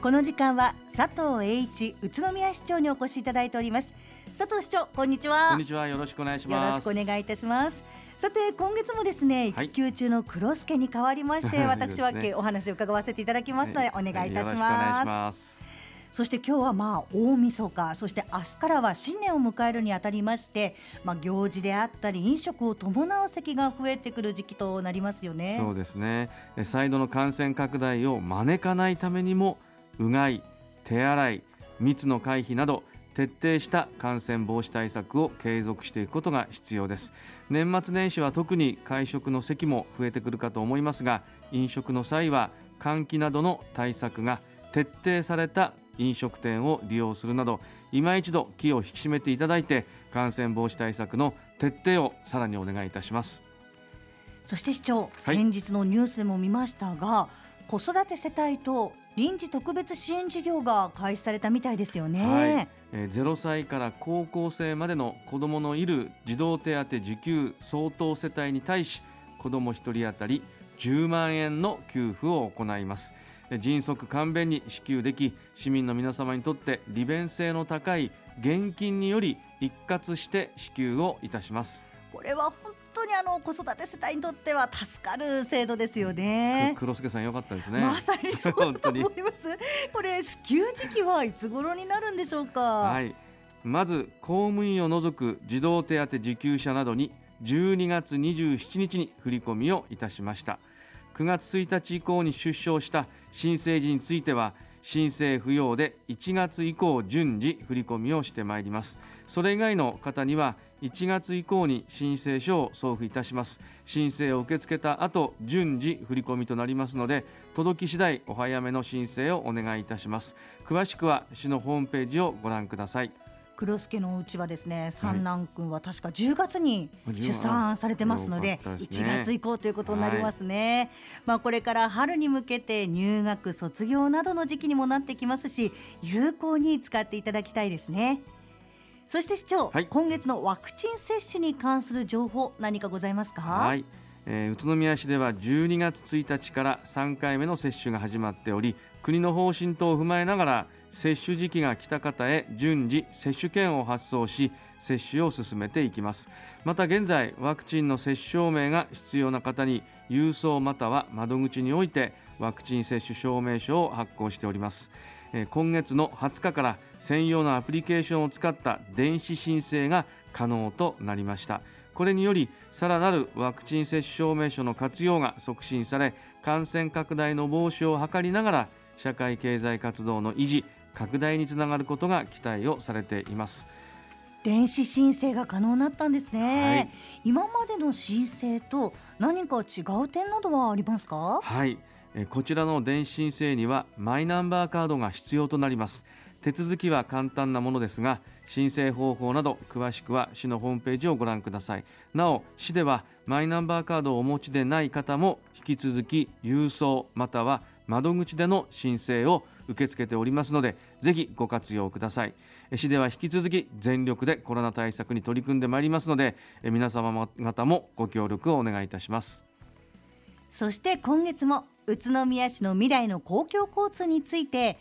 この時間は佐藤栄一宇都宮市長にお越しいただいております。佐藤市長、こんにちは。 こんにちは、よろしくお願いします。 よろしくお願いいたします。さて、今月もですね、育休中の黒助に代わりまして、私はお話を伺わせていただきますので、お願いいたします。そして今日は大晦日、そして明日からは新年を迎えるにあたりまして、行事であったり飲食を伴う席が増えてくる時期となりますよね。 そうですね。再度の感染拡大を招かないためにも、うがい、手洗い、密の回避など徹底した感染防止対策を継続していくことが必要です。年末年始は特に会食の席も増えてくるかと思いますが、飲食の際は換気などの対策が徹底された飲食店を利用するなど、今一度気を引き締めていただいて、感染防止対策の徹底をさらにお願いいたします。 そして市長、先日のニュースでも見ましたが、子育て世帯と臨時特別支援事業が開始されたみたいですよね。 0歳から高校生までの子どものいる児童手当受給相当世帯に対し、子ども1人当たり10万円の給付を行います。迅速簡便に支給でき、市民の皆様にとって利便性の高い現金により一括して支給をいたします。 これは本当に子育て世帯にとっては助かる制度ですよね。 黒助さん、よかったですね。 まさにそうだと思います。これ支給時期はいつ頃になるんでしょうか。 まず公務員を除く児童手当受給者などに12月27日に振り込みをいたしました。9月1日以降に出生した新生児については、申請不要で1月以降順次振り込みをしてまいります。それ以外の方には1月以降に申請書を送付いたします。申請を受け付けた後、順次振り込みとなりますので、届き次第お早めの申請をお願いいたします。詳しくは市のホームページをご覧ください。 黒助のうちはですね、三男くんは確か10月に出産されてますので、1月以降ということになりますね。これから春に向けて入学卒業などの時期にもなってきますし、有効に使っていただきたいですね。そして市長、今月のワクチン接種に関する情報、何かございますか。 宇都宮市では12月1日から3回目の接種が始まっており、国の方針等を踏まえながら接種時期が来た方へ順次接種券を発送し、接種を進めていきます。また現在、ワクチンの接種証明が必要な方に郵送または窓口においてワクチン接種証明書を発行しております。今月の20日から専用のアプリケーションを使った電子申請が可能となりました。これによりさらなるワクチン接種証明書の活用が促進され、感染拡大の防止を図りながら社会経済活動の維持拡大につながることが期待をされています。 電子申請が可能になったんですね。今までの申請と何か違う点などはありますか。 こちらの電子申請にはマイナンバーカードが必要となります。手続きは簡単なものですが、申請方法など詳しくは市のホームページをご覧ください。なお、市ではマイナンバーカードをお持ちでない方も引き続き郵送または窓口での申請を受け付けておりますので、ぜひご活用ください。市では引き続き全力でコロナ対策に取り組んでまいりますので、皆様方もご協力をお願いいたします。 そして今月も宇都宮市の未来の公共交通について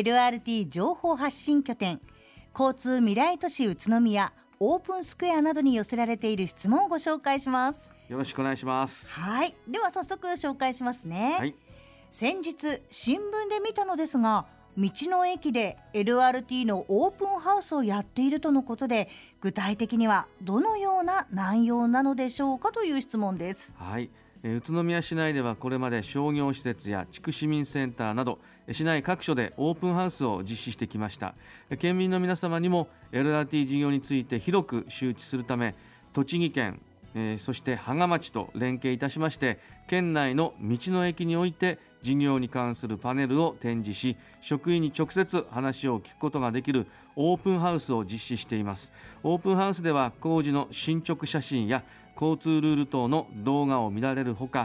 LRT 情報発信拠点交通未来都市宇都宮オープンスクエアなどに寄せられている質問をご紹介します。 よろしくお願いします。 では早速紹介しますね。先日新聞で見たのですが、道の駅で LRT のオープンハウスをやっているとのことで、具体的にはどのような内容なのでしょうかという質問です。 宇都宮市内ではこれまで商業施設や地区市民センターなど市内各所でオープンハウスを実施してきました。県民の皆様にも LRT 事業について広く周知するため、栃木県そして芳賀町と連携いたしまして、県内の道の駅において事業に関するパネルを展示し、職員に直接話を聞くことができるオープンハウスを実施しています。オープンハウスでは工事の進捗写真や交通ルール等の動画を見られるほか、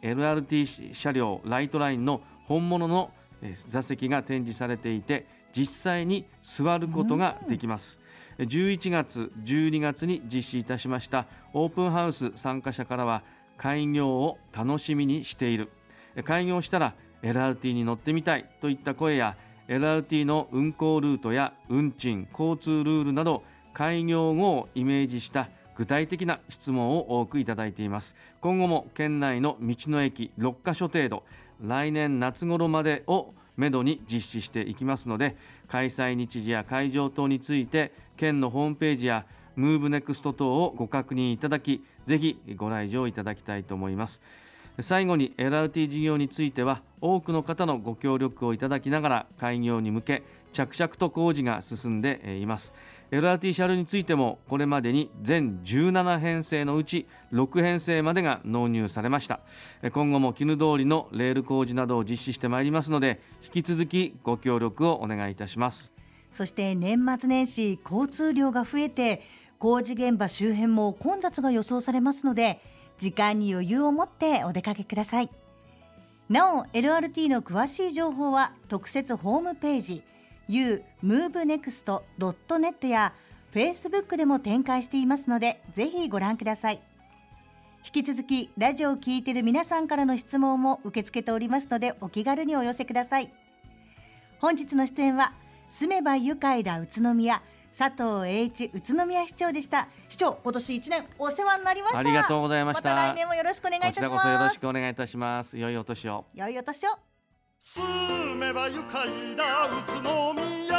LRT 車両ライトラインの本物の座席が展示されていて、実際に座ることができます。11月、12月に実施いたしましたオープンハウス参加者からは、開業を楽しみにしている、開業したら LRT に乗ってみたいといった声や、 LRT の運行ルートや運賃、交通ルールなど開業後をイメージした具体的な質問を多くいただいています。今後も県内の道の駅6カ所程度、来年夏頃までをめどに実施していきますので、開催日時や会場等について県のホームページやムーブネクスト等をご確認いただき、ぜひご来場いただきたいと思います。最後に LRT 事業については多くの方のご協力をいただきながら開業に向け着々と工事が進んでいます。LRT 車両についてもこれまでに全17編成のうち6編成までが納入されました。今後も絹通りのレール工事などを実施してまいりますので、引き続きご協力をお願いいたします。 そして年末年始交通量が増えて工事現場周辺も混雑が予想されますので、時間に余裕を持ってお出かけください。なお LRT の詳しい情報は特設ホームページmovenext.net や Facebook でも展開していますので、ぜひご覧ください。引き続きラジオを聞いている皆さんからの質問も受け付けておりますので、お気軽にお寄せください。本日の出演は住めば愉快だ宇都宮、佐藤栄一宇都宮市長でした。市長、今年1年お世話になりました。 ありがとうございました。 また来年もよろしくお願いいたします。 こちらこそよろしくお願いいたします。良いお年を。 良いお年を。 住めば愉快だ宇都宮。